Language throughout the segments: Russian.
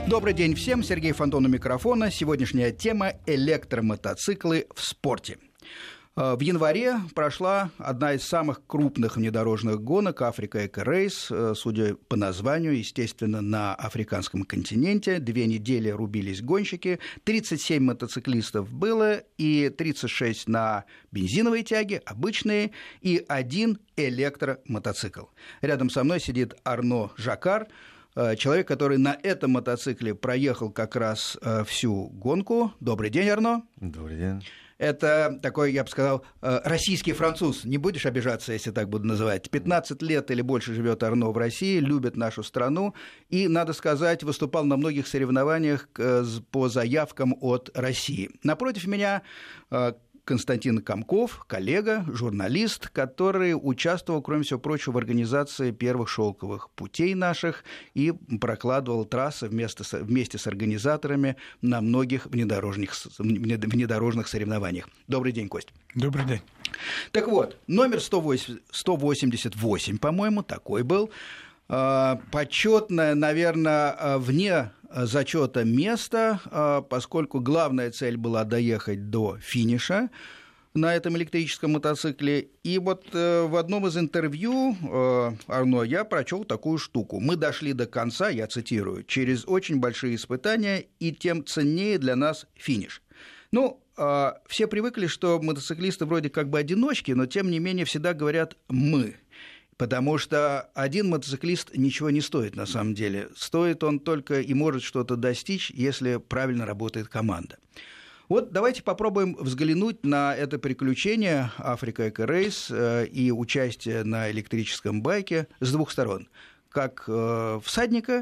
Добрый день всем, Сергей Фонтон у микрофона. Сегодняшняя тема – электромотоциклы в спорте. В январе прошла одна из самых крупных внедорожных гонок «Африка Эко-рейс», судя по названию, естественно, на африканском континенте. 2 недели рубились гонщики, 37 мотоциклистов было, и 36 на бензиновой тяге, обычные, и 1 электромотоцикл. Рядом со мной сидит Арно Жакар, человек, который на этом мотоцикле проехал как раз всю гонку. Добрый день, Арно. Добрый день. Это такой, я бы сказал, российский француз. Не будешь обижаться, если так буду называть. 15 лет или больше живет Арно в России, любит нашу страну. И, надо сказать, выступал на многих соревнованиях по заявкам от России. Напротив меня Константин Комков, коллега, журналист, который участвовал, кроме всего прочего, в организации первых шелковых путей наших и прокладывал трассы вместе с организаторами на многих внедорожных соревнованиях. Добрый день, Кость. Добрый день. Так вот, номер 188, по-моему, такой был. Почетное, наверное, вне зачета место, поскольку главная цель была доехать до финиша на этом электрическом мотоцикле. И вот в одном из интервью, Арно, я прочел такую штуку. Мы дошли до конца, я цитирую, через очень большие испытания, и тем ценнее для нас финиш. Ну, все привыкли, что мотоциклисты вроде как бы одиночки, но тем не менее всегда говорят «мы». Потому что один мотоциклист ничего не стоит на самом деле. Стоит он только и может что-то достичь, если правильно работает команда. Вот давайте попробуем взглянуть на это приключение «Африка Эко-рейс» и участие на электрическом байке с двух сторон. Как всадника,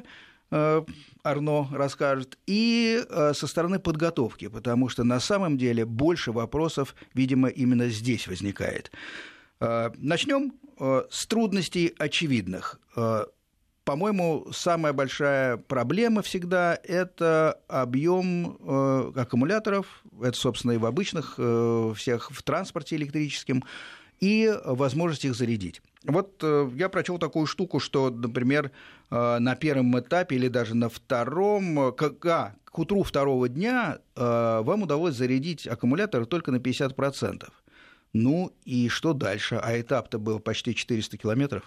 Арно расскажет, и со стороны подготовки, потому что на самом деле больше вопросов, видимо, именно здесь возникает. Начнем с трудностей очевидных. По-моему, самая большая проблема всегда – это объем аккумуляторов, это, собственно, и в обычных всех, в транспорте электрическом, и возможность их зарядить. Вот я прочел такую штуку, что, например, на первом этапе или даже на втором, к утру второго дня вам удалось зарядить аккумулятор только на 50%. Ну и что дальше? А этап-то был почти 400 километров.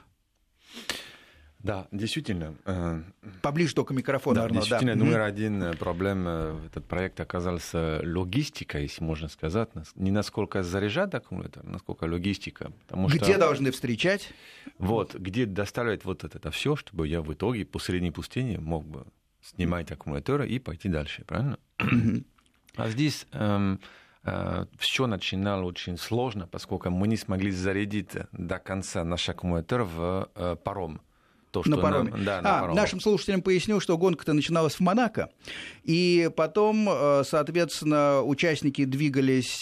Да, действительно. Поближе только к микрофону, да, Арно. Действительно, номер один проблема в этот проект оказался логистика, если можно сказать. Не насколько заряжать аккумулятор, насколько логистика. Где должны встречать? Вот, где доставлять вот это все, чтобы я в итоге по средней пустыне мог бы снимать аккумулятор и пойти дальше, правильно? А здесь все начинало очень сложно, поскольку мы не смогли зарядить до конца наш аккумулятор в паром. На пароме. На пароме. Нашим слушателям поясню, что гонка-то начиналась в Монако, и потом, соответственно, участники двигались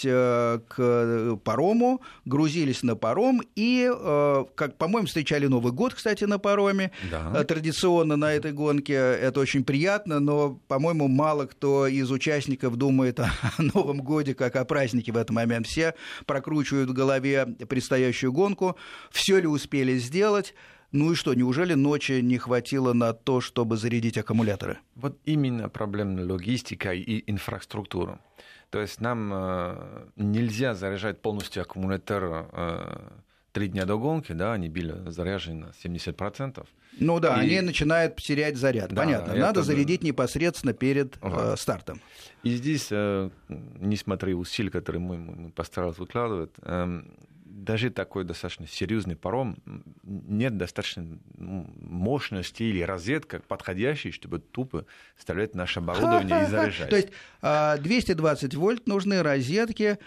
к парому, грузились на паром, и, как, по-моему, встречали Новый год, кстати, на пароме, да. Традиционно на этой гонке, это очень приятно, но, по-моему, мало кто из участников думает о Новом годе, как о празднике в этот момент. Все прокручивают в голове предстоящую гонку, все ли успели сделать. Ну и что, неужели ночи не хватило на то, чтобы зарядить аккумуляторы? Вот именно проблема логистика и инфраструктура. То есть нам нельзя заряжать полностью аккумулятор 3 дня до гонки, да, они были заряжены на 70%. Ну да, они начинают терять заряд, да, понятно. Надо зарядить непосредственно перед стартом. И здесь, несмотря на усилия, которые мы постарались выкладывать, даже такой достаточно серьезный паром нет достаточно мощности или розетка подходящей, чтобы тупо вставлять наше оборудование и заряжать. То есть 220 вольт нужны розетки,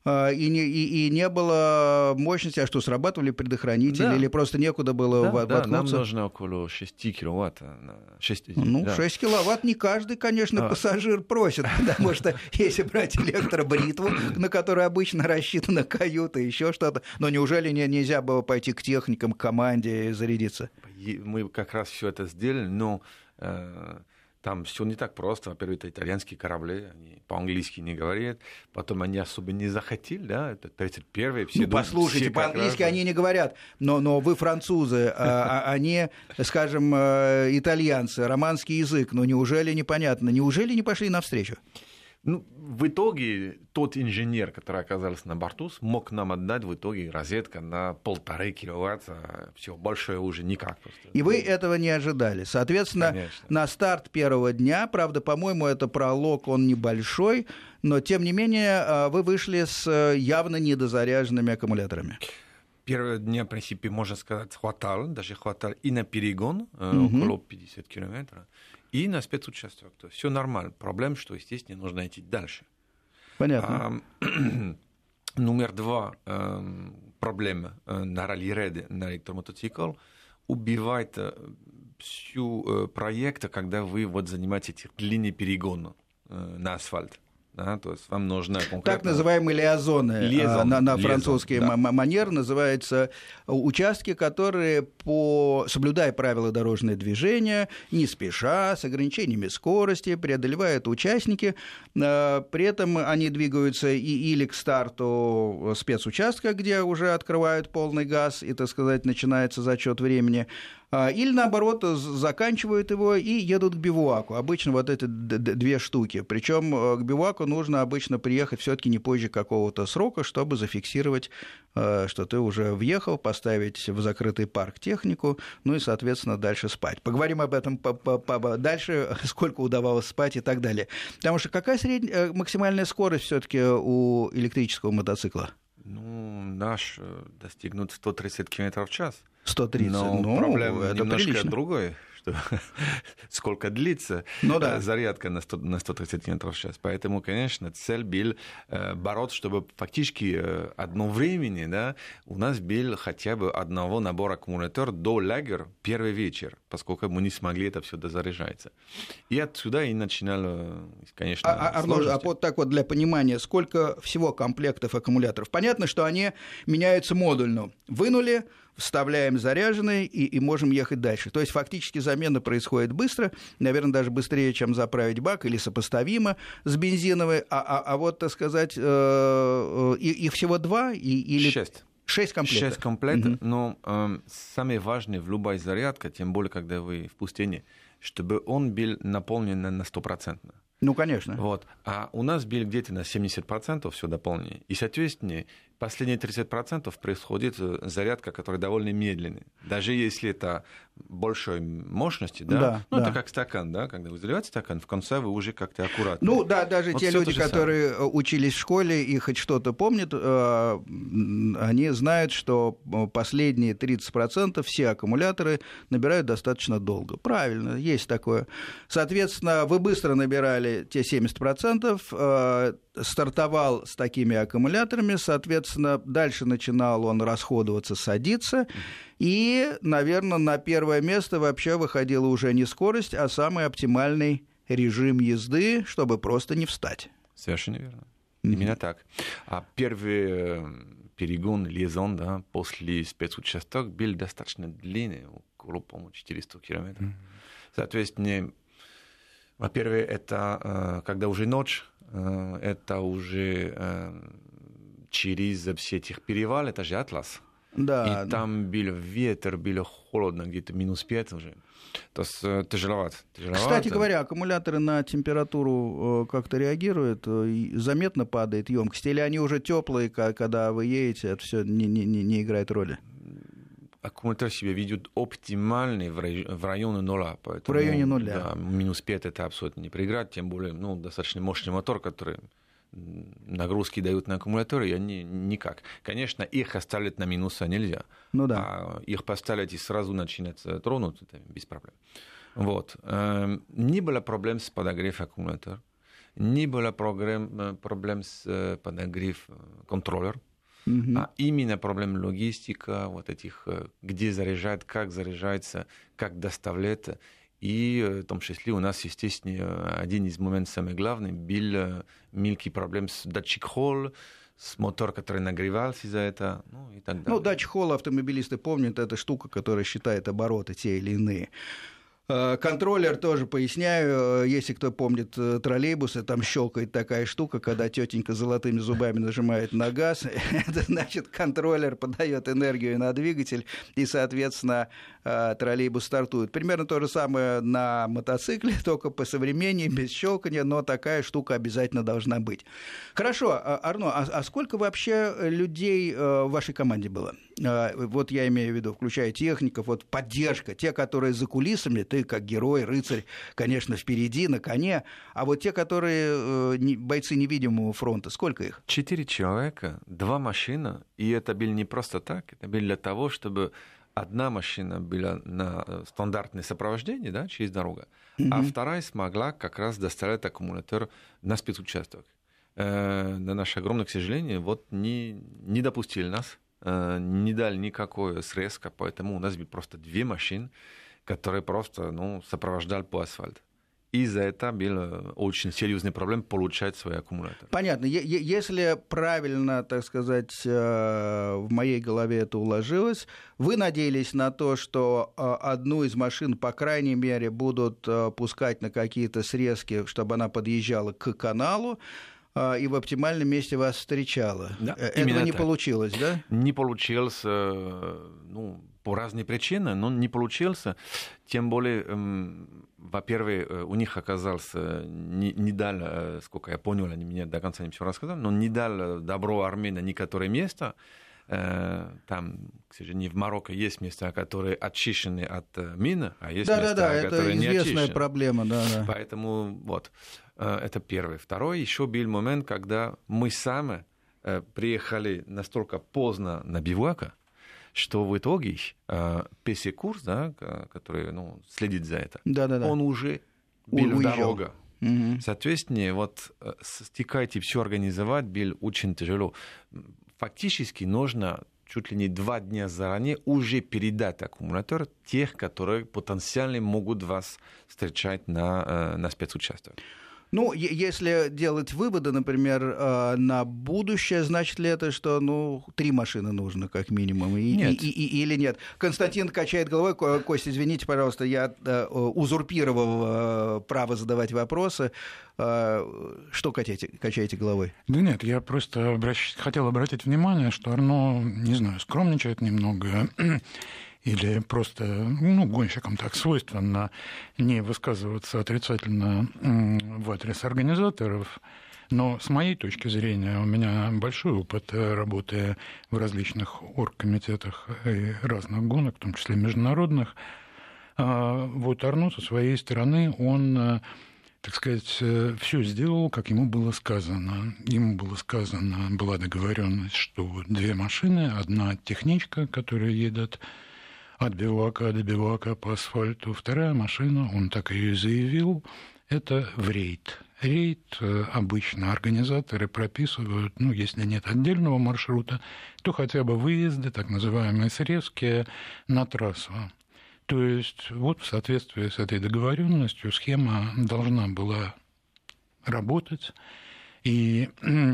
и не было мощности, а что, срабатывали предохранители, или просто некуда было воткнуться? Да, нам нужно около 6 киловатт. 6 киловатт не каждый, конечно, пассажир просит, потому что если брать электробритву, на которую обычно рассчитана каюта, еще что-то, но неужели нельзя было пойти к техникам, к команде и зарядиться? Мы как раз все это сделали, но Там все не так просто. Во-первых, это итальянские корабли, они по-английски не говорят. Потом они особо не захотели, да, это 31-й. Ну, послушайте, по-английски они не говорят, но вы французы, они, скажем, итальянцы, романский язык, но неужели непонятно, неужели не пошли навстречу? Ну, в итоге тот инженер, который оказался на борту, смог нам отдать в итоге розетка на 1,5 киловатта. Все, больше уже никак. Просто. И вы этого не ожидали. Соответственно, конечно. На старт первого дня, правда, по-моему, это пролог, он небольшой, но, тем не менее, вы вышли с явно недозаряженными аккумуляторами. Первые дни, в принципе, можно сказать, хватало и на перегон, около 50 километров, и на спецучасток. То есть все нормально. Проблема, что, естественно, нужно идти дальше. Понятно. Номер 2 проблема на ралли-реде на электромотоцикл убивает всю проект, когда вы вот занимаетесь этих длинных перегонов на асфальт. Да, то есть вам нужна конкретно... Так называемые лиазоны на французский манер называются участки, которые, соблюдая правила дорожного движения, не спеша, с ограничениями скорости, преодолевают участники. При этом они двигаются или к старту спецучастка, где уже открывают полный газ, и, так сказать, начинается зачет времени, или, наоборот, заканчивают его и едут к бивуаку. Обычно вот эти 2 штуки. Причем к бивуаку нужно обычно приехать все-таки не позже какого-то срока, чтобы зафиксировать, что ты уже въехал, поставить в закрытый парк технику, ну и, соответственно, дальше спать. Поговорим об этом дальше, сколько удавалось спать и так далее. Потому что какая максимальная скорость все-таки у электрического мотоцикла? Ну, наш достигнут 130 км в час. 130, но проблема это немножко прилично. Другое, что сколько длится зарядка на 130 км в час. Поэтому, конечно, цель была бороться, чтобы фактически одно времени, да, у нас был хотя бы одного набора аккумуляторов до лагеря первый вечер, поскольку мы не смогли это все дозаряжаться. И отсюда и начинало, конечно, Арнольд, а вот так вот для понимания, сколько всего комплектов аккумуляторов? Понятно, что они меняются модульно. Вынули, вставляем заряженный и можем ехать дальше. То есть фактически замена происходит быстро, наверное, даже быстрее, чем заправить бак, или сопоставимо с бензиновой. А вот, так сказать, их всего 2 или... 6 комплектов. 6 комплектов, но самое важное в любой зарядке, тем более, когда вы в пустыне, чтобы он был наполнен на 100%. Ну, конечно. Вот. А у нас было где-то на 70% все дополнение. И, соответственно, последние 30% происходит зарядка, которая довольно медленная. Даже если это большой мощности, да? Это как стакан, да? Когда вы заливаете стакан, в конце вы уже как-то аккуратно. Ну, да, даже вот те люди, которые учились в школе и хоть что-то помнят, они знают, что последние 30% все аккумуляторы набирают достаточно долго. Правильно, есть такое. Соответственно, вы быстро набирали те 70%, стартовал с такими аккумуляторами, соответственно, дальше начинал он расходоваться, садиться, и, наверное, на первое место вообще выходила уже не скорость, а самый оптимальный режим езды, чтобы просто не встать. Совершенно верно. Именно так. А первый перегон, лиазон, да, после спецучасток был достаточно длинный, около, по-моему, 400 километров. Соответственно, во-первых, это когда уже ночь, это уже через все этих перевалы, это же Атлас. Да, и там был ветер, было холодно, где-то -5 уже. То есть тяжеловато. Кстати говоря, аккумуляторы на температуру как-то реагируют, заметно падает емкость, или они уже теплые, когда вы едете, это все не играет роли? Аккумулятор себя ведет оптимальный в районе 0. Поэтому, в районе 0. Да, -5 это абсолютно не проиграть, тем более достаточно мощный мотор, который нагрузки дают на аккумуляторы, и они никак. Конечно, их оставлять на минуса нельзя. Ну да. А их поставить и сразу начинать тронуть, это без проблем. Вот. Не было проблем с подогревом аккумулятора, не было проблем с подогревом контроллера. А именно проблема логистика, вот этих, где заряжать, как заряжается, как доставлять. И в том числе у нас, естественно, один из моментов самый главный был мелкий проблем с датчик Холл, с мотор, который нагревался из-за этого, и так далее. Датчик Холл автомобилисты помнят, это штука, которая считает обороты те или иные. Контроллер тоже, поясняю, если кто помнит троллейбусы, там щелкает такая штука, когда тетенька золотыми зубами нажимает на газ, это значит, контроллер подает энергию на двигатель, и, соответственно, троллейбус стартует. Примерно то же самое на мотоцикле, только посовременнее, без щелкания, но такая штука обязательно должна быть. Хорошо, Арно, а сколько вообще людей в вашей команде было? Вот я имею в виду, включая техников, вот поддержка, те, которые за кулисами, ты как герой, рыцарь, конечно, впереди, на коне, а вот те, которые бойцы невидимого фронта, сколько их? 4 человека, 2 машины, и это было не просто так, это было для того, чтобы одна машина была на стандартное сопровождение, да, через дорогу, а вторая смогла как раз доставлять аккумулятор на спецучасток. На наше огромное, к сожалению, вот не допустили нас, не дали никакой срезка, поэтому у нас были просто 2 машины, которые просто сопровождали по асфальту. И за это был очень серьезный проблем получать свои аккумуляторы. Понятно. Если правильно, так сказать, в моей голове это уложилось, вы надеялись на то, что одну из машин, по крайней мере, будут пускать на какие-то срезки, чтобы она подъезжала к каналу, и в оптимальном месте вас встречала. Да, этого не получилось, да? Не получилось, по разным причинам, но не получился. Тем более, во-первых, у них оказался, не дали, сколько я понял, они мне до конца не все рассказали, но не дали добро армии на некоторые места. Там, к сожалению, в Марокко есть места, которые очищены от мин, а есть места, которые не очищены. Да, это известная проблема, да. Поэтому вот, это первое. Второе, еще был момент, когда мы сами приехали настолько поздно на бивуак, что в итоге PC-курс, да, который следит за это, он уже был в дорогу. Соответственно, вот стекать и все организовать было очень тяжело. Фактически нужно чуть ли не 2 дня заранее уже передать аккумулятор тех, которые потенциально могут вас встречать на спецучасток. Ну, если делать выводы, например, на будущее, значит ли это, что 3 машины нужно как минимум? Нет. Или нет? Константин качает головой. Кость, извините, пожалуйста, я узурпировал право задавать вопросы. Что качаете головой? Да нет, я просто хотел обратить внимание, что Арно, не знаю, скромничает немного, или просто гонщикам так свойственно не высказываться отрицательно в адрес организаторов. Но с моей точки зрения, у меня большой опыт работы в различных оргкомитетах и разных гонок, в том числе международных. Вот Арно со своей стороны, он, так сказать, все сделал, как ему было сказано. Ему было сказано, была договоренность, что 2 машины, одна техничка, которая едет от бивуака до бивуака по асфальту. Вторая машина, он так ее и заявил, это в рейд. Рейд обычно организаторы прописывают, если нет отдельного маршрута, то хотя бы выезды, так называемые срезки, на трассу. То есть вот в соответствии с этой договоренностью схема должна была работать. И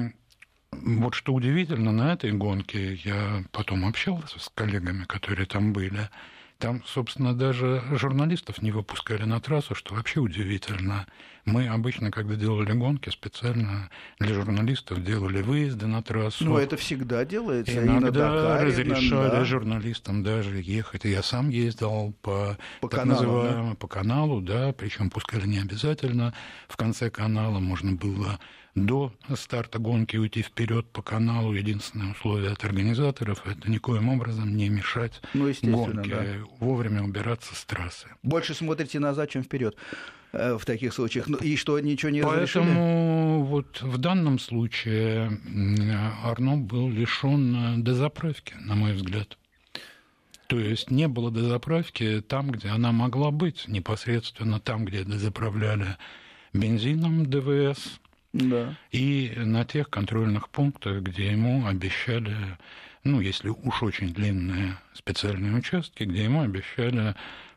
вот что удивительно, на этой гонке я потом общался с коллегами, которые там были. Там, собственно, даже журналистов не выпускали на трассу, что вообще удивительно. Мы обычно, когда делали гонки, специально для журналистов делали выезды на трассу. Ну, это всегда делается. Иногда разрешали журналистам даже ехать. Я сам ездил по каналу, по каналу, да, причем пускали не обязательно. В конце канала можно было до старта гонки уйти вперед по каналу. Единственное условие от организаторов – это никоим образом не мешать гонке, вовремя убираться с трассы. Больше смотрите назад, чем вперед в таких случаях. И что, ничего не разрешили? Поэтому вот в данном случае Арно был лишен дозаправки, на мой взгляд. То есть не было дозаправки там, где она могла быть, непосредственно там, где дозаправляли бензином ДВС. Да. И на тех контрольных пунктах, где ему обещали, если уж очень длинные специальные участки, где ему обещали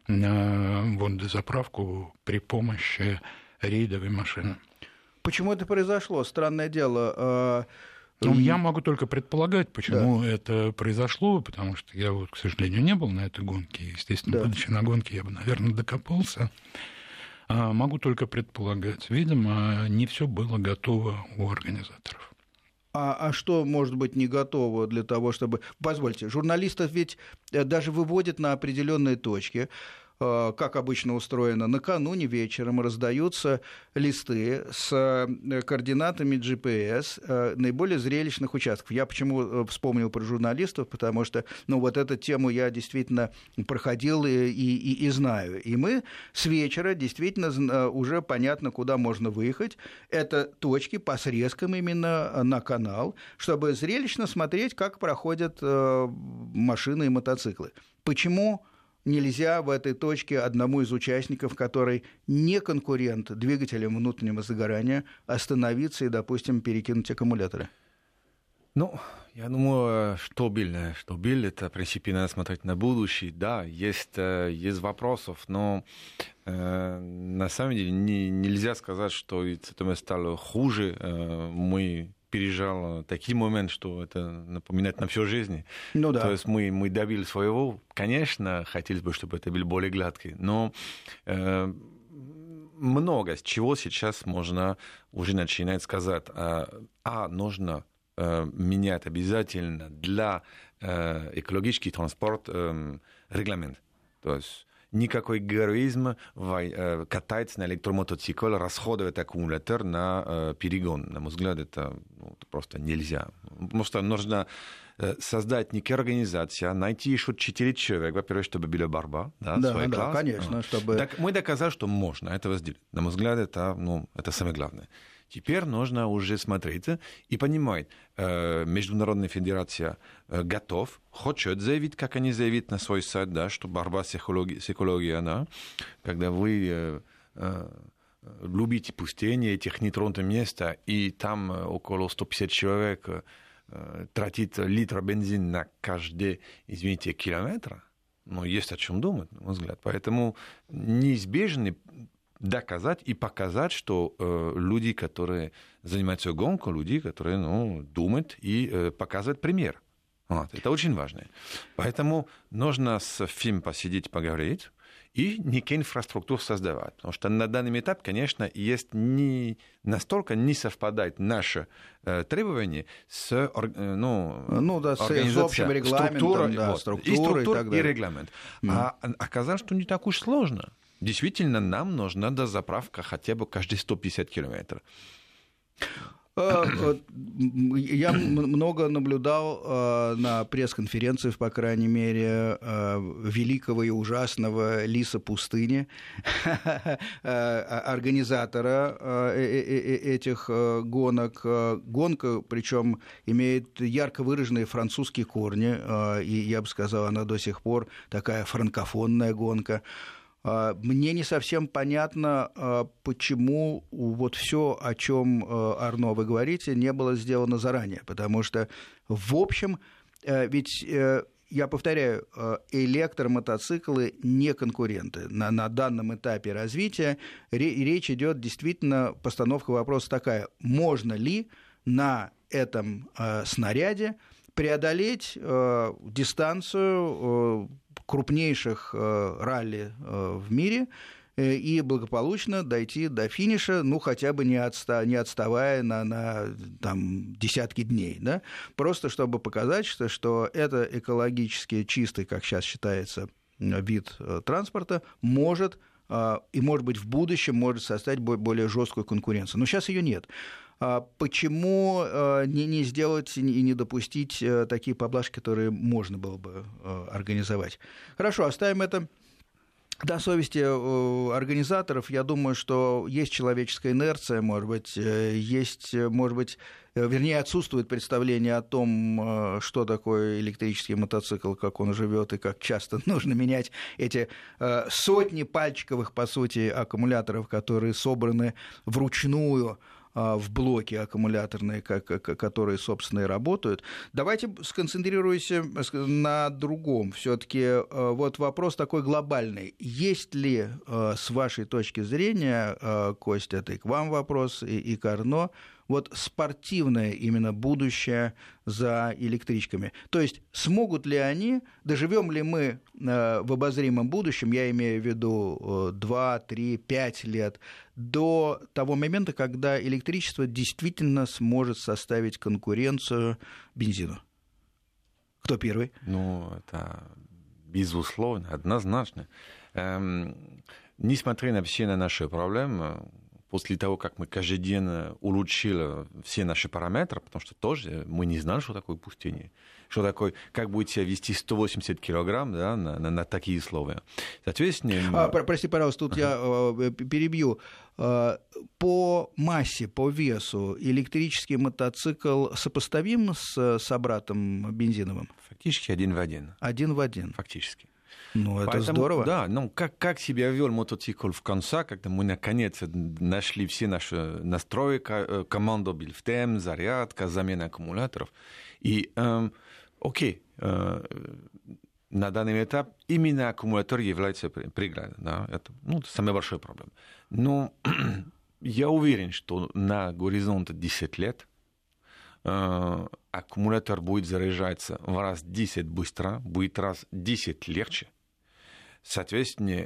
дозаправку при помощи рейдовой машины. Почему это произошло? Странное дело. Ну, я могу только предполагать, почему это произошло, потому что я, вот, к сожалению, не был на этой гонке. Естественно, будучи на гонке, я бы, наверное, докопался. Могу только предполагать. Видимо, не все было готово у организаторов. А что может быть не готово для того, чтобы... Позвольте, журналистов ведь даже выводят на определенные точки, как обычно устроено, накануне вечером раздаются листы с координатами GPS наиболее зрелищных участков. Я почему вспомнил про журналистов, потому что вот эту тему я действительно проходил и знаю. И мы с вечера действительно уже понятно, куда можно выехать. Это точки по срезкам именно на канал, чтобы зрелищно смотреть, как проходят машины и мотоциклы. Почему нельзя в этой точке одному из участников, который не конкурент двигателям внутреннего сгорания, остановиться и, допустим, перекинуть аккумуляторы? Ну, я думаю, что было, это, в принципе, надо смотреть на будущее. Да, есть вопросов, но на самом деле нельзя сказать, что это стало хуже. Мы пережил такой момент, что это напоминает на всю жизнь. Ну, да. То есть мы добились своего. Конечно, хотелось бы, чтобы это был более гладкий, но много с чего сейчас можно уже начинать сказать. Нужно менять обязательно для экологический транспорт регламент. То есть никакой героизм катается на электромотоцикл, расходовать аккумулятор на перегон. На мой взгляд, это просто нельзя. Потому что нужно создать некую организацию, найти еще 4 человека, во-первых, чтобы была борьба. Да, конечно. Чтобы... Так мы доказали, что можно этого сделать. На мой взгляд, это самое главное. Теперь нужно уже смотреть и понимать, Международная федерация готов, хочет заявить, как они заявят на свой сайт, да, что борьба с экологией, она, когда вы любите пустыни, этих нетронутых места, и там около 150 человек тратит литр бензина на каждый, извините, километр, есть о чем думать, на мой взгляд. Поэтому неизбежно доказать и показать, что люди, которые занимаются гонкой, люди, которые думают и показывают пример. Это очень важно. Поэтому нужно с ФИМ посидеть, поговорить и некую инфраструктуру создавать. Потому что на данный этап, конечно, настолько не совпадает наши требования с с общим регламентом, структурой и регламент. А оказалось, что не так уж сложно. Действительно, нам нужна дозаправка хотя бы каждые 150 километров. Я много наблюдал на пресс-конференциях, по крайней мере, великого и ужасного лиса пустыни, организатора этих гонок. Гонка, причем, имеет ярко выраженные французские корни, и, я бы сказал, она до сих пор такая франкофонная гонка. Мне не совсем понятно, почему вот все, о чем, Арно, вы говорите, не было сделано заранее. Потому что, в общем, ведь, я повторяю, электромотоциклы не конкуренты. На данном этапе развития речь идет действительно, постановка вопроса такая: можно ли на этом снаряде преодолеть дистанцию крупнейших ралли в мире и благополучно дойти до финиша, хотя бы не отставая на десятки дней. Да? Просто чтобы показать, что это экологически чистый, как сейчас считается, вид транспорта может и, может быть, в будущем может составить более жесткую конкуренцию. Но сейчас ее нет. Почему не сделать и не допустить такие поблажки, которые можно было бы организовать? Хорошо, оставим это до совести организаторов. Я думаю, что есть человеческая инерция, отсутствует представление о том, что такое электрический мотоцикл, как он живет и как часто нужно менять эти сотни пальчиковых, по сути, аккумуляторов, которые собраны вручную в блоки аккумуляторные, которые, собственно, и работают. Давайте сконцентрируемся на другом. Все-таки вот вопрос такой глобальный. Есть ли, с вашей точки зрения, Костя, это и к вам вопрос, и к Арно, вот спортивное именно будущее за электричками? То есть смогут ли они, доживем ли мы в обозримом будущем, я имею в виду 2, 3, 5 лет, до того момента, когда электричество действительно сможет составить конкуренцию бензину? Кто первый? Ну, это безусловно, однозначно. Несмотря на все наши проблемы, после того, как мы каждый день улучшили все наши параметры, потому что тоже мы не знали, что такое пустыня, что такое, как будет себя вести 180 килограмм, да, на такие условия. Соответственно... Прости, пожалуйста, тут я перебью. По массе, по весу электрический мотоцикл сопоставим с собратом бензиновым? Фактически один в один. Один в один. Фактически. Ну, это здорово. Да, ну как себя вел мотоцикл в конце, когда мы наконец нашли все наши настройки, команду Билфтем, зарядка, замена аккумуляторов. И, окей, на данный этап именно аккумулятор является преградой. Да? Это самая большая проблема. Но я уверен, что на горизонте 10 лет аккумулятор будет заряжаться в раз 10 быстро, будет раз 10 легче. Соответственно,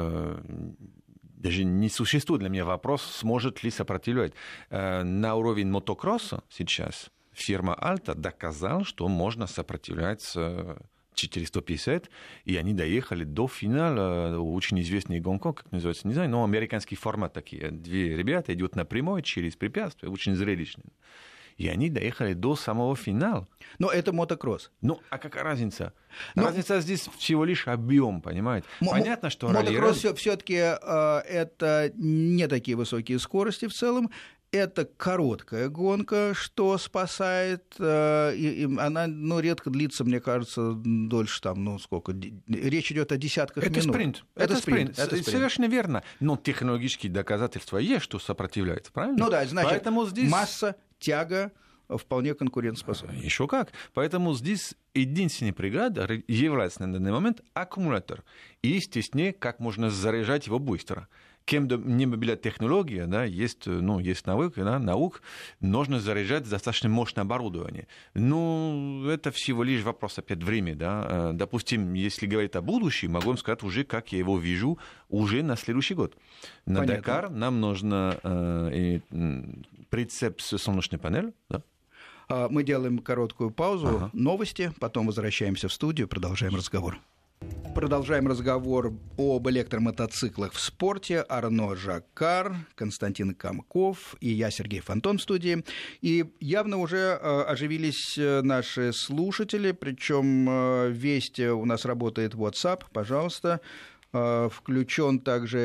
даже не существует для меня вопрос, сможет ли сопротивлять. На уровень мотокросса сейчас фирма Alta доказала, что можно сопротивляться 450, и они доехали до финала очень известной гонки, как называется, не знаю, но американский формат такие. Две ребята идут напрямую через препятствия, очень зрелищные. И они доехали до самого финала. Но это мотокросс. Ну, а какая разница? Разница здесь всего лишь объем, понимаете? Понятно, что мотокросс все-таки это не такие высокие скорости в целом. Это короткая гонка, что спасает. И она редко длится, мне кажется, дольше там, сколько. Речь идет о десятках минут. Это спринт. Совершенно верно. Но технологические доказательства есть, что сопротивляется, правильно? Ну да, значит, поэтому здесь... масса, тяга вполне конкурентоспособна. Еще как. Поэтому здесь единственная преграда является на данный момент аккумулятор. И, естественно, как можно заряжать его быстро. Кем бы ни была технология, да, есть наук, нужно заряжать достаточно мощное оборудование. Ну, это всего лишь вопрос опять времени. Да. Допустим, если говорить о будущем, могу вам сказать уже, как я его вижу уже на следующий год. На Понятно. Дакар нам нужно прицеп с солнечной панелью. Да. Мы делаем короткую паузу, новости, потом возвращаемся в студию, продолжаем разговор. Продолжаем разговор об электромотоциклах в спорте. Арно Жаккар, Константин Комков и я, Сергей Фонтон, в студии. И явно уже оживились наши слушатели, причем Вести у нас работает WhatsApp, пожалуйста. Включены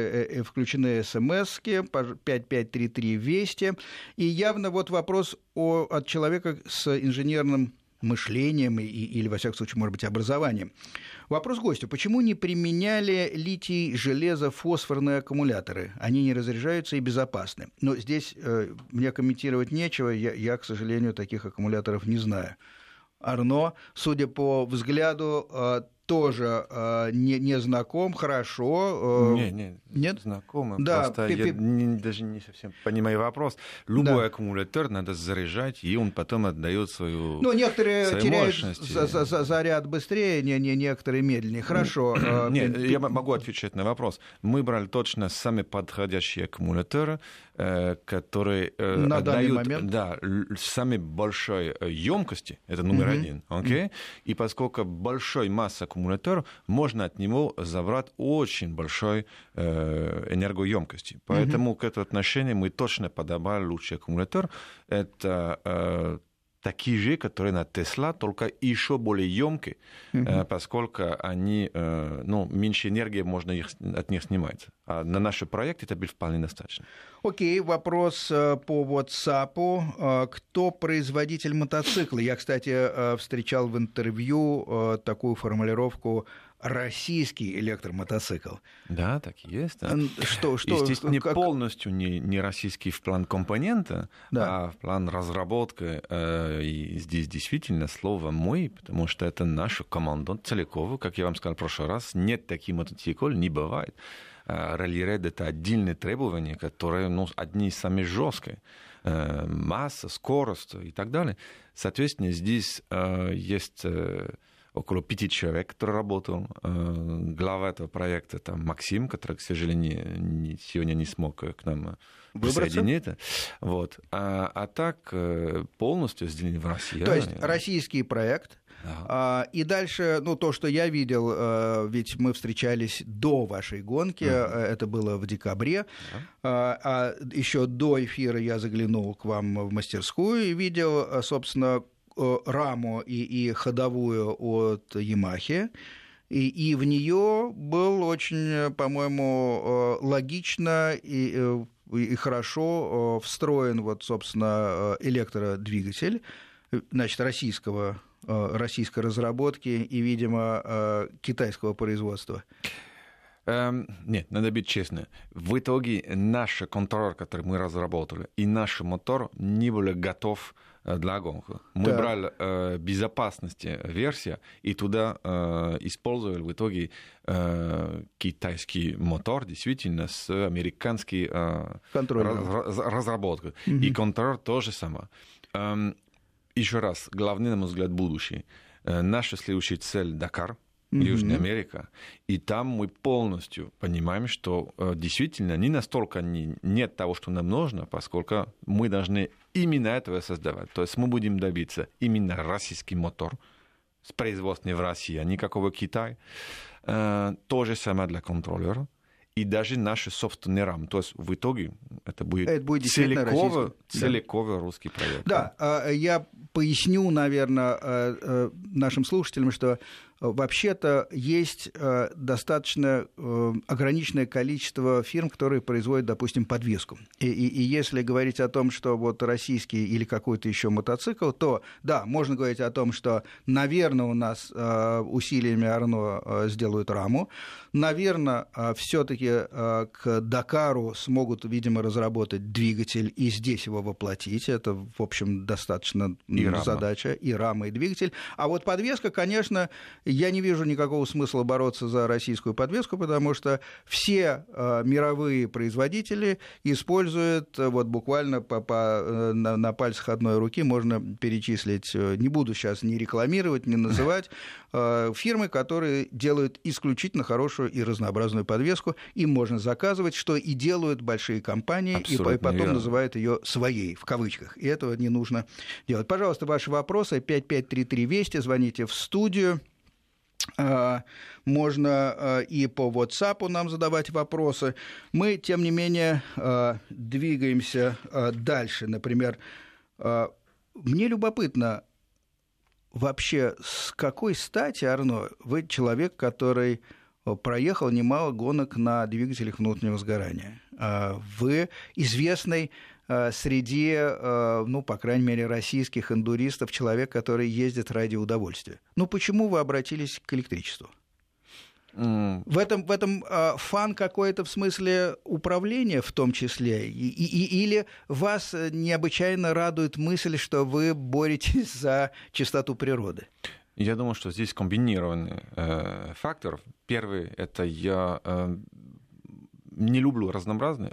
смс-ки 5533 Вести. И явно вот вопрос от человека с инженерным мышлением или, во всяком случае, может быть, образованием. Вопрос гостю. Почему не применяли литий-железо-фосфорные аккумуляторы? Они не разряжаются и безопасны. Но здесь мне комментировать нечего. Я, к сожалению, таких аккумуляторов не знаю. Арно, судя по взгляду, тоже не знаком, хорошо. Нет? Знакомый. Да, просто я даже не совсем понимаю вопрос. Любой аккумулятор надо заряжать, и он потом отдает свою некоторые теряют мощность. заряд быстрее, некоторые медленнее. Хорошо. Нет, я могу отвечать на вопрос. Мы брали точно самые подходящие аккумуляторы, которые отдают самой большой емкости, это номер один. Okay? И поскольку большой масса аккумулятора, можно от него забрать очень большой энергоемкости. Поэтому к этому отношению мы точно подобрали лучший аккумулятор. Это такие же, которые на Tesla, только еще более емкие, поскольку они, меньше энергии можно от них снимать. А на наш проект это было вполне достаточно. Окей, вопрос по WhatsApp. Кто производитель мотоцикла? Я, кстати, встречал в интервью такую формулировку «российский электромотоцикл». Да, так и есть. Да. Что, естественно, полностью не российский в план компонента, а в план разработки. И здесь действительно слово «мой», потому что это наша команда целикова. Как я вам сказал в прошлый раз, нет таких мотоциклов, не бывает. ралли-рейд — это отдельные требования, которые, ну, одни из самых жестких. Масса, скорость и так далее. Соответственно, здесь есть около 5 человек, которые работал. Глава этого проекта — это Максим, который, к сожалению, сегодня не смог к нам присоединиться. Вот. А так полностью сделали в России. То есть российский проект. Да. И дальше, ну, то, что я видел, ведь мы встречались до вашей гонки, это было в декабре, а еще до эфира я заглянул к вам в мастерскую и видел, собственно, раму и ходовую от Ямахи, и в нее был очень, по-моему, логично и хорошо встроен, вот, собственно, электродвигатель, значит, российской разработки и, видимо, китайского производства. Нет, надо быть честным. В итоге наш контроллер, который мы разработали, и наш мотор не были готовы для гонки. Мы брали безопасности версию и туда использовали в итоге китайский мотор, действительно, с американской разработкой. И контроллер то же самое. Еще раз, главный, на мой взгляд, будущее. Наша следующая цель — Дакар, Южная Америка. И там мы полностью понимаем, что действительно не настолько нет того, что нам нужно, поскольку мы должны именно этого создавать. То есть мы будем добиться именно российский мотор с производством в России, а никакого Китая. То же самое для контроллера. И даже наши собственные рамы. То есть в итоге это будет целиковый русский проект. Да, я поясню, наверное, нашим слушателям, что вообще-то есть достаточно ограниченное количество фирм, которые производят, допустим, подвеску. И если говорить о том, что вот российский или какой-то еще мотоцикл, то, да, можно говорить о том, что, наверное, у нас усилиями Арно сделают раму. Наверное, все-таки к Дакару смогут, видимо, разработать двигатель и здесь его воплотить. Это, в общем, достаточно задача. И рама, и двигатель. А вот подвеска, конечно, я не вижу никакого смысла бороться за российскую подвеску, потому что все мировые производители используют, вот буквально на пальцах одной руки можно перечислить, не буду сейчас ни рекламировать, ни называть, фирмы, которые делают исключительно хорошую и разнообразную подвеску. Им можно заказывать, что и делают большие компании, абсолютно, и потом называют ее своей, в кавычках. И этого не нужно делать. Пожалуйста, ваши вопросы 5533 Вести, звоните в студию. Можно и по WhatsApp нам задавать вопросы. Мы, тем не менее, двигаемся дальше. Например, мне любопытно, вообще, с какой стати, Арно, вы человек, который проехал немало гонок на двигателях внутреннего сгорания. Вы известный среди, ну, по крайней мере, российских эндуристов человек, который ездит ради удовольствия. Ну, почему вы обратились к электричеству? В этом фан какой-то в смысле управления в том числе? Или вас необычайно радует мысль, что вы боретесь за чистоту природы? Я думаю, что здесь комбинированный фактор. Первый — это я не люблю однообразные.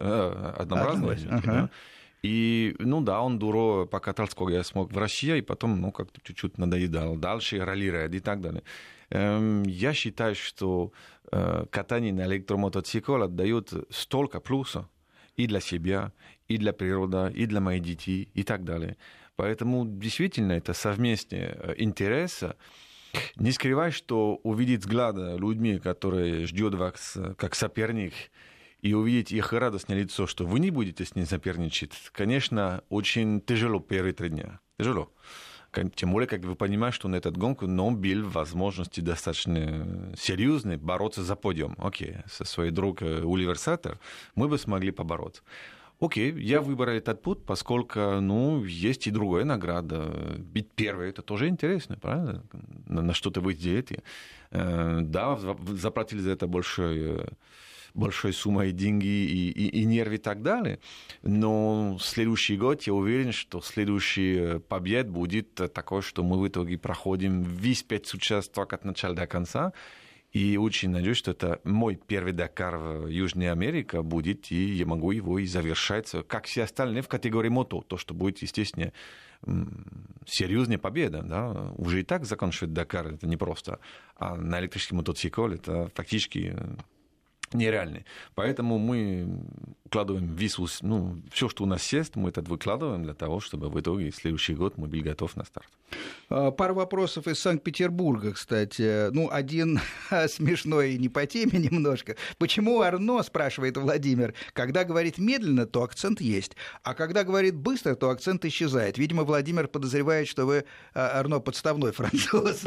И, ну да, эндуро покатал, сколько я смог в России, и потом, ну, как-то чуть-чуть надоедал. Дальше ралли-рейд и так далее. Я считаю, что катание на электромотоцикле отдает столько плюсов и для себя, и для природы, и для моих детей, и так далее. Поэтому, действительно, это совместный интерес. Не скрывай, что увидеть взгляд людьми, которые ждут вас как соперник, и увидеть их радостное лицо, что вы не будете с ним соперничать, конечно, очень тяжело первые 3 дня. Тяжело. Тем более, как вы понимаете, что на этот гонку был возможности достаточно серьезные бороться за подиум. Окей, со своей другом Универсатор мы бы смогли побороться. Окей, я выбрал этот путь, поскольку, ну, есть и другая награда. Быть первым — это тоже интересно, правда? На что-то вы делаете. Да, заплатили за это большой суммой деньги и нервы и так далее. Но следующий год, я уверен, что следующий побед будет такой, что мы в итоге проходим весь 5 участок от начала до конца. И очень надеюсь, что это мой первый Дакар в Южной Америке будет, и я могу его и завершать, как все остальные в категории мото. То, что будет, естественно, серьезная победа. Да? Уже и так заканчивать Дакар это непросто. А на электрический мотоцикл это фактически нереальный. Поэтому мы укладываем все, что у нас есть, мы это выкладываем для того, чтобы в итоге в следующий год мы были готовы на старт. Пара вопросов из Санкт-Петербурга, кстати. Один смешной не по теме немножко. Почему Арно, спрашивает Владимир, когда говорит медленно, то акцент есть, а когда говорит быстро, то акцент исчезает? Видимо, Владимир подозревает, что вы, Арно, подставной француз.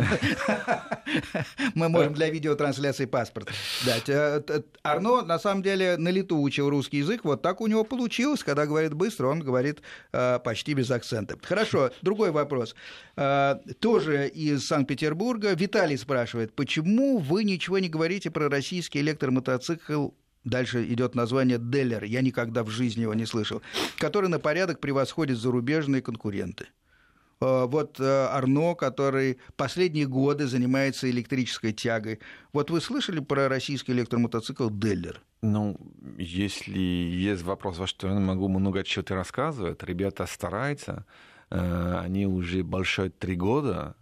Мы можем для видеотрансляции паспорт дать. Арно, на самом деле, на лету учил русский язык, вот так у него получилось. Когда говорит быстро, он говорит почти без акцента. Хорошо, другой вопрос. Тоже из Санкт-Петербурга. Виталий спрашивает, почему вы ничего не говорите про российский электромотоцикл, дальше идет название Деллер, я никогда в жизни его не слышал, который на порядок превосходит зарубежные конкуренты. Вот Арно, который последние годы занимается электрической тягой. Вот вы слышали про российский электромотоцикл Деллер? Если есть вопрос, во что я могу много чего рассказывать, ребята стараются, они уже большие 3 года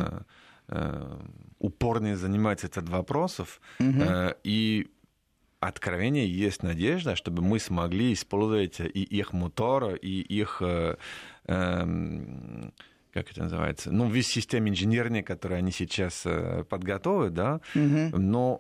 упорно занимаются этим вопросом, и откровение есть надежда, чтобы мы смогли использовать и их мотор, и их, как это называется, весь систем инженерной, которую они сейчас подготовят, да, но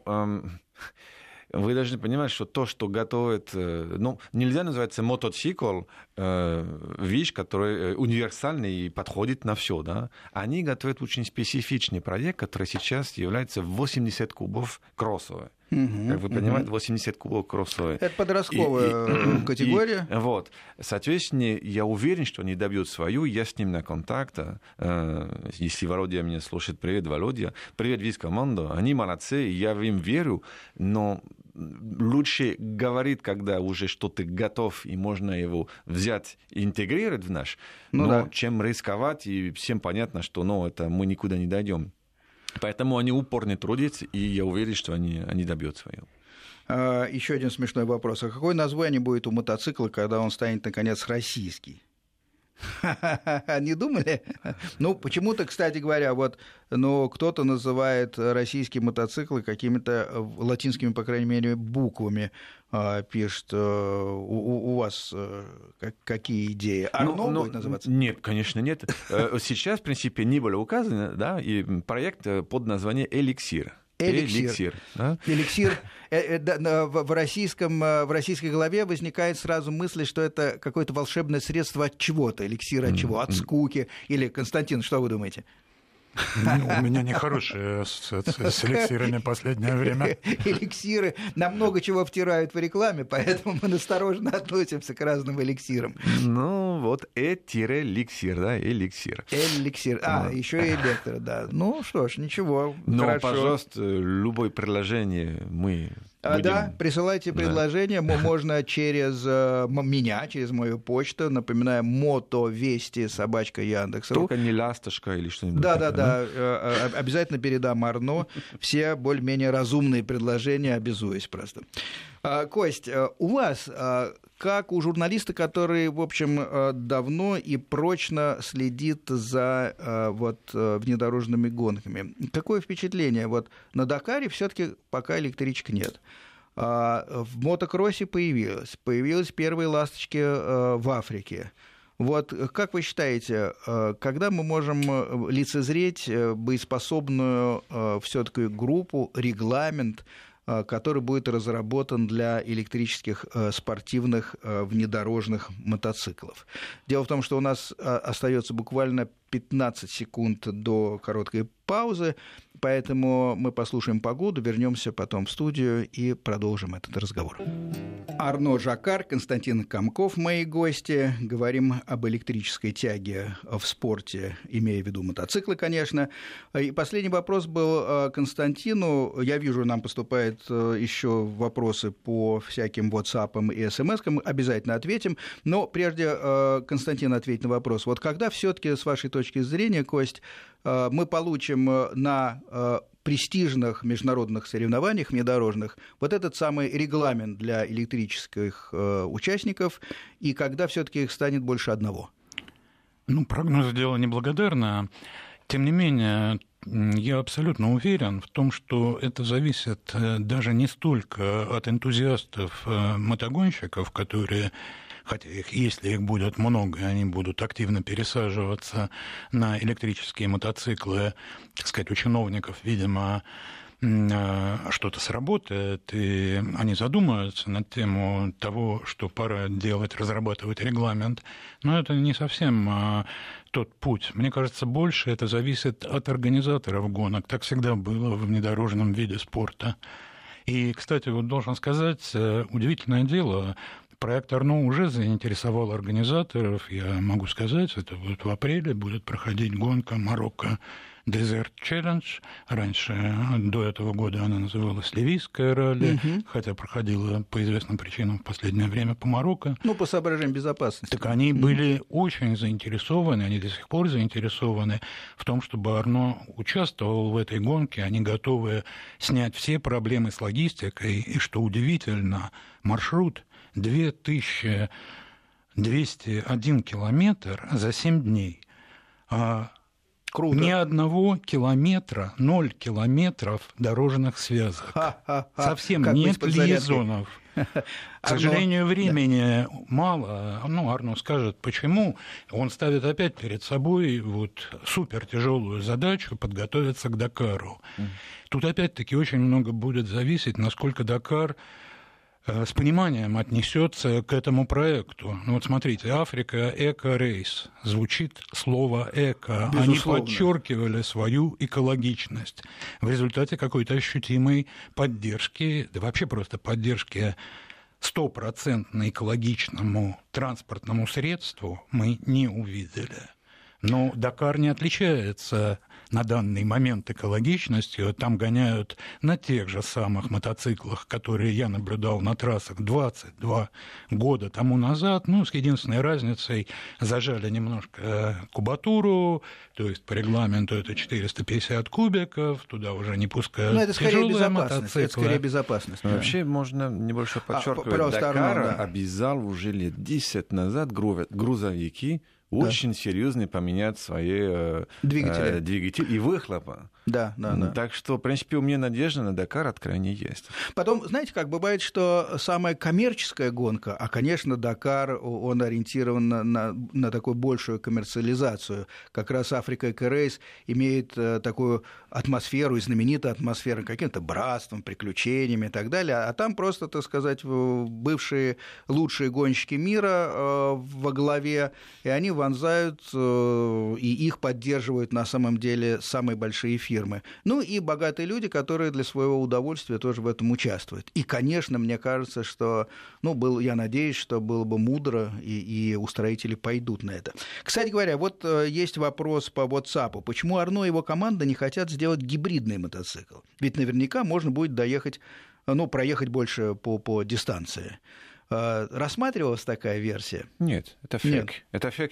вы должны понимать, что то, что готовят, нельзя называть мотоцикл, вещь, которая универсальная и подходит на все, да. Они готовят очень специфичный проект, который сейчас является 80 кубов кроссовый. Как вы понимаете, 80 кубов кроссовый. Это подростковая категория. Вот. Соответственно, я уверен, что они добьют свою. Я с ним на контакте. Если Володя меня слушает, привет, Володя. Привет, весь команду. Они молодцы, я им верю, но лучше говорить, когда уже что-то готов, и можно его взять и интегрировать в наш, чем рисковать, и всем понятно, что это мы никуда не дойдем. Поэтому они упорно трудятся, и я уверен, что они добьют свое. Еще один смешной вопрос. А какое название будет у мотоцикла, когда он станет, наконец, российский? Не думали? Почему-то, кстати говоря, кто-то называет российские мотоциклы какими-то латинскими, по крайней мере, буквами. Пишет, у вас какие идеи? Арно будет называться? Нет, конечно, нет. Сейчас, в принципе, не было указано, да, и проект под названием «Эликсир». Эликсир. Да? Эликсир. В российской голове возникает сразу мысль, что это какое-то волшебное средство от чего-то. Эликсир от чего? От скуки. Или, Константин, что вы думаете? У меня нехорошие ассоциации с эликсирами в последнее время. Эликсиры нам много чего втирают в рекламе, поэтому мы настороженно относимся к разным эликсирам. Эликсир, да, эликсир. Эликсир. Еще и электро, да. Что ж, ничего. Но, пожалуйста, любое предложение мы будем... Да, присылайте предложения. Можно через меня, через мою почту. Напоминаю, motovesti@Яндекс.ру. Только не ласточка или что-нибудь. Да. Обязательно передам Арно. Все более-менее разумные предложения, обязуюсь просто. Кость, у вас, как у журналиста, который, в общем, давно и прочно следит за внедорожными гонками, какое впечатление? На Дакаре все-таки пока электричек нет. В мотокроссе появились первые ласточки в Африке. Как вы считаете, когда мы можем лицезреть боеспособную все-таки группу, регламент, который будет разработан для электрических спортивных внедорожных мотоциклов? Дело в том, что у нас остается буквально 15 секунд до короткой паузы, поэтому мы послушаем погоду, вернемся потом в студию и продолжим этот разговор. Арно Жаккар, Константин Комков, мои гости. Говорим об электрической тяге в спорте, имея в виду мотоциклы, конечно. И последний вопрос был Константину. Я вижу, нам поступают еще вопросы по всяким WhatsApp и SMS-кам. Обязательно ответим. Но прежде Константин ответит на вопрос. Когда все-таки, с вашей точки зрения, Кость, мы получим на престижных международных соревнованиях внедорожных вот этот самый регламент для электрических участников, и когда все-таки их станет больше одного? Ну, прогноз дело неблагодарное. Тем не менее, я абсолютно уверен в том, что это зависит даже не столько от энтузиастов мотогонщиков, которые, хотя если их будет много, они будут активно пересаживаться на электрические мотоциклы, так сказать, у чиновников, видимо, что-то сработает, и они задумаются над тему того, что пора делать, разрабатывать регламент. Но это не совсем тот путь. Мне кажется, больше это зависит от организаторов гонок. Так всегда было в внедорожном виде спорта. И, кстати, вот должен сказать, удивительное дело, проект Арно уже заинтересовал организаторов. Я могу сказать, это вот в апреле будет проходить гонка Марокко Desert Challenge. Раньше, до этого года, она называлась Ливийская ралли, хотя проходила по известным причинам в последнее время по Марокко. Ну, по соображениям безопасности. Так они были очень заинтересованы, они до сих пор заинтересованы в том, чтобы Арно участвовал в этой гонке. Они готовы снять все проблемы с логистикой. И, что удивительно, маршрут 2201 километр за 7 дней. Круто. Ни одного километра, 0 километров дорожных связок. Совсем как нет лизонов. К сожалению, времени мало. Ну, Арно скажет, почему. Он ставит опять перед собой вот супертяжелую задачу подготовиться к Дакару. Тут опять-таки очень много будет зависеть, насколько Дакар с пониманием отнесется к этому проекту. Ну вот смотрите, Африка эко-рейс. Звучит слово эко. Безусловно. Они подчеркивали свою экологичность. В результате какой-то ощутимой поддержки, да вообще просто поддержки 100% экологичному транспортному средству мы не увидели. Но Дакар не отличается на данный момент экологичностью. Там гоняют на тех же самых мотоциклах, которые я наблюдал на трассах 22 года тому назад. Ну, с единственной разницей, зажали немножко кубатуру, то есть по регламенту это 450 кубиков, туда уже не пускают тяжелые мотоциклы. Это скорее безопасность. Да. Вообще можно небольшое подчеркивать. Дакар обязал уже лет 10 назад грузовики очень серьезно поменять свои двигатели и выхлопа. Да. Так что, в принципе, у меня надежда на Дакар от крайне есть. Потом, знаете, как бывает, что самая коммерческая гонка, а, конечно, Дакар, он ориентирован на такую большую коммерциализацию. Как раз Африка Эко-рейс имеет такую атмосферу, и знаменитую атмосферу каким-то братством, приключениями и так далее. А там просто, так сказать, бывшие лучшие гонщики мира во главе, и они вонзают, и их поддерживают на самом деле самые большие фирмы. Ну и богатые люди, которые для своего удовольствия тоже в этом участвуют. И, конечно, мне кажется, что, я надеюсь, что было бы мудро, и устроители пойдут на это. Кстати говоря, вот есть вопрос по WhatsApp. Почему Арно и его команда не хотят сделать гибридный мотоцикл? Ведь наверняка можно будет проехать больше по дистанции. Рассматривалась такая версия? Нет, это фейк. Нет. Это фейк.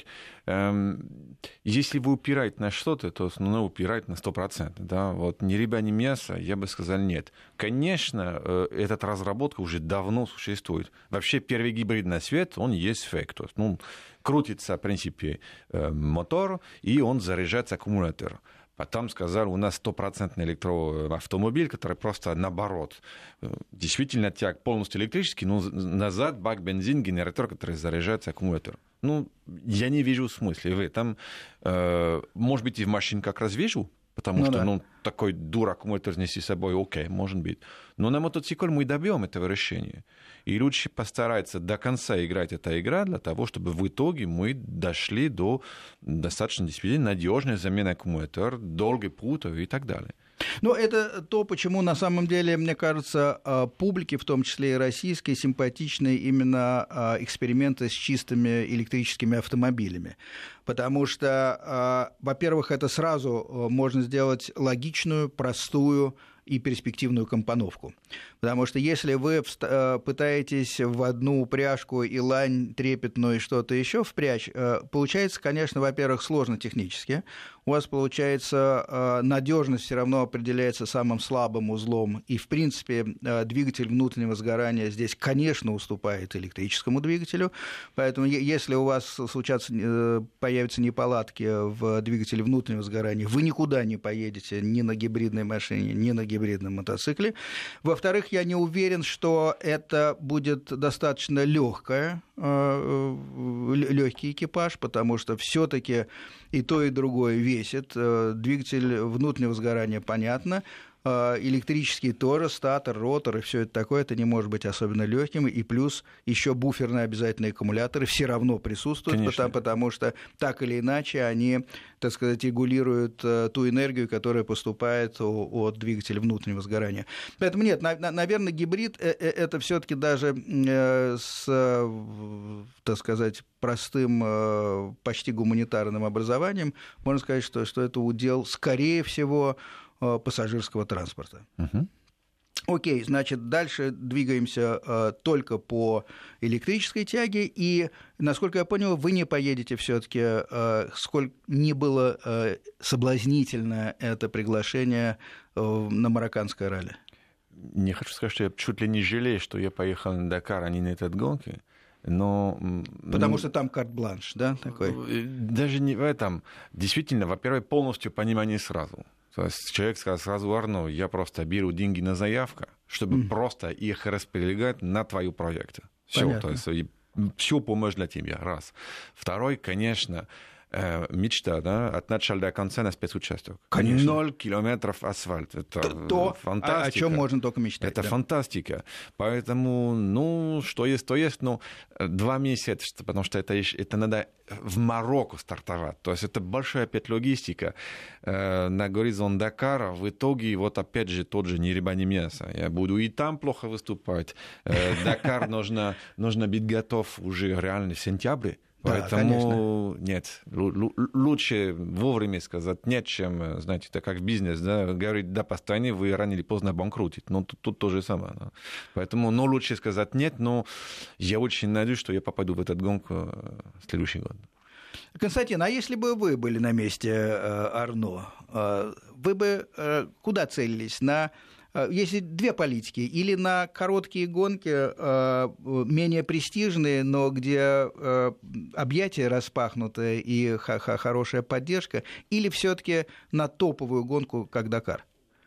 Если вы упираете на что-то, то упирать на 100%. Да? Вот ни рыба, ни мясо, я бы сказал, нет. Конечно, эта разработка уже давно существует. Вообще первый гибридный свет, он есть фейк. То есть, крутится, в принципе, мотор, и он заряжается аккумулятор. Потом сказали, у нас 100% электроавтомобиль, который просто наоборот. Действительно, тяг полностью электрический, но назад бак бензин, генератор, который заряжается аккумулятор. Я не вижу смысла в этом. Может быть, и в машине как раз вижу, потому что такой дурак аккумулятор снести с собой, окей, может быть. Но на мотоцикл мы добьем этого решения. И лучше постараться до конца играть эта игра для того, чтобы в итоге мы дошли до достаточно действительно надежной замены аккумулятора, долгий путь и так далее. Это то, почему на самом деле, мне кажется, публике, в том числе и российской, симпатичны именно эксперименты с чистыми электрическими автомобилями. Потому что, во-первых, это сразу можно сделать логичную, простую и перспективную компоновку. Потому что если вы пытаетесь в одну упряжку и лань трепетную и что-то еще впрячь, получается, конечно, во-первых, сложно технически. У вас, получается, надежность все равно определяется самым слабым узлом. И, в принципе, двигатель внутреннего сгорания здесь, конечно, уступает электрическому двигателю. Поэтому, если у вас появятся неполадки в двигателе внутреннего сгорания, вы никуда не поедете ни на гибридной машине, ни на гибридном мотоцикле. Во-вторых, я не уверен, что это будет достаточно легкий экипаж, потому что все-таки и то, и другое весит. Двигатель внутреннего сгорания, понятно. Электрический тоже, статор, ротор и все это такое, это не может быть особенно легким. И плюс еще буферные обязательные аккумуляторы все равно присутствуют, потому что так или иначе они, так сказать, регулируют ту энергию, которая поступает от двигателя внутреннего сгорания. Поэтому нет, наверное, гибрид это все-таки даже с, так сказать, простым, почти гуманитарным образованием, можно сказать, что это удел, скорее всего, пассажирского транспорта. Окей, значит, дальше двигаемся только по электрической тяге, и, насколько я понял, вы не поедете все-таки, сколько ни было соблазнительно это приглашение на марокканское ралли. Не хочу сказать, что я чуть ли не жалею, что я поехал на Дакар, а не на этот гонки. Но, потому что там карт-бланш, да, такой? Даже не в этом. Действительно, во-первых, полностью понимание сразу. То есть человек сказал сразу: Арно, я просто беру деньги на заявку, чтобы просто их распределять на твою проект. Все, то есть все помощь для тебя. Раз. Второй, конечно, мечта, да, от начала до конца на спецучасток. Конечно. 0 километров асфальт. Это фантастика. О чем можно только мечтать. Это фантастика. Поэтому, что есть, то есть. 2 месяца, потому что это надо в Марокко стартовать. То есть это большая опять логистика. На горизонт Дакара в итоге, вот опять же, тот же ни рыба, ни мясо. Я буду и там плохо выступать. Дакар нужно быть готов уже реально в сентябре. Поэтому нет, лучше вовремя сказать нет, чем, знаете, это как бизнес, да, говорить, да, постоянно вы рано или поздно банкротите, но тут то же самое. Да. Поэтому, лучше сказать нет, но я очень надеюсь, что я попаду в этот гонку в следующий год. Константин, а если бы вы были на месте Арно, вы бы куда целились? Есть две политики. Или на короткие гонки, менее престижные, но где объятия распахнуты и хорошая поддержка, или все-таки на топовую гонку, как Дакар?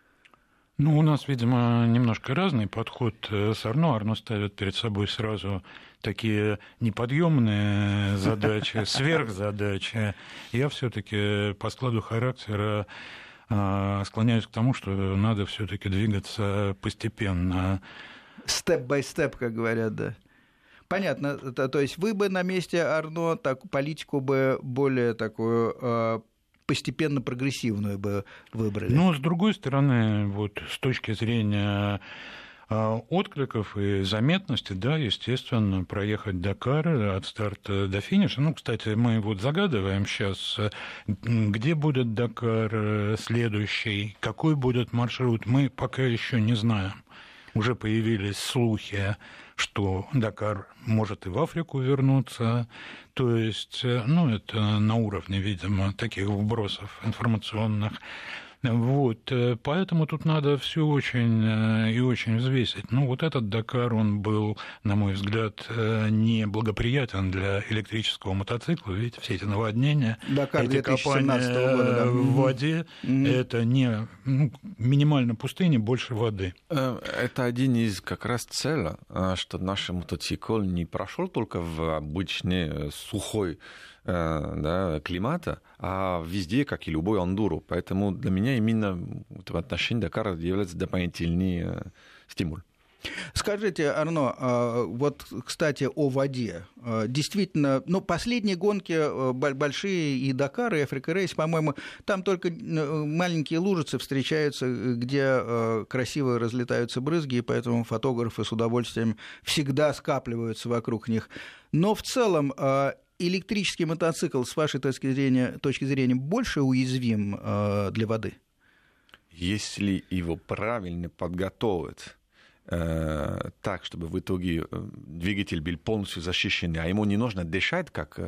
У нас, видимо, немножко разный подход с Арно. Арно ставит перед собой сразу такие неподъемные задачи, сверхзадачи. Я все-таки по складу характера склоняюсь к тому, что надо все-таки двигаться постепенно. Степ-бай-степ, как говорят, да. Понятно. То есть вы бы на месте Арно политику бы более такую постепенно прогрессивную бы выбрали. С другой стороны, вот с точки зрения откликов и заметности, да, естественно, проехать Дакар от старта до финиша. Кстати, мы вот загадываем сейчас, где будет Дакар следующий, какой будет маршрут, мы пока еще не знаем. Уже появились слухи, что Дакар может и в Африку вернуться. То есть, это на уровне, видимо, таких вбросов информационных. Вот, поэтому тут надо все очень и очень взвесить. Вот этот Дакар, он был, на мой взгляд, неблагоприятен для электрического мотоцикла, ведь все эти наводнения, Дакар эти копания года, да. В воде, это не минимально пустыни, больше воды. Это один из как раз целей, что наш мотоцикл не прошел только в обычный сухой климата, а везде, как и любой эндуро. Поэтому для меня именно в отношении Дакара является дополнительный стимул. Скажите, Арно, вот, кстати, о воде. Действительно, последние гонки большие, и Дакар, и Африка Рейс, по-моему, там только маленькие лужицы встречаются, где красиво разлетаются брызги, и поэтому фотографы с удовольствием всегда скапливаются вокруг них. Но в целом электрический мотоцикл, с вашей точки зрения, больше уязвим для воды? Если его правильно подготовить, так, чтобы в итоге двигатель был полностью защищен, а ему не нужно дышать, как...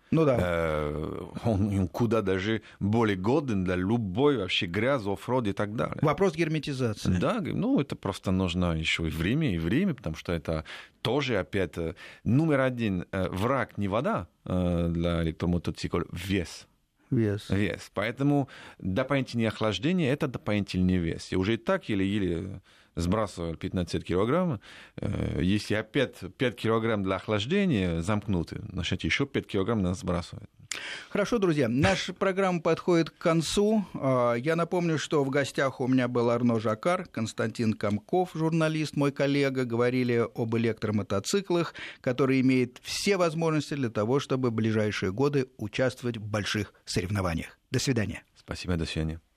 Он куда даже более годен для любой вообще грязи, оффрода и так далее. Вопрос герметизации. Да, это просто нужно еще и время, потому что это тоже опять номер один враг не вода для электромотоцикла, вес. Поэтому дополнительное охлаждение – это дополнительный вес. И уже и так еле-еле сбрасывали 15 килограмм. Если опять 5 килограмм для охлаждения замкнуты, значит, еще 5 килограмм надо сбрасывать. Хорошо, друзья, наша программа подходит к концу. Я напомню, что в гостях у меня был Арно Жакар, Константин Комков, журналист, мой коллега. Говорили об электромотоциклах, которые имеют все возможности для того, чтобы в ближайшие годы участвовать в больших соревнованиях. До свидания. Спасибо, до свидания.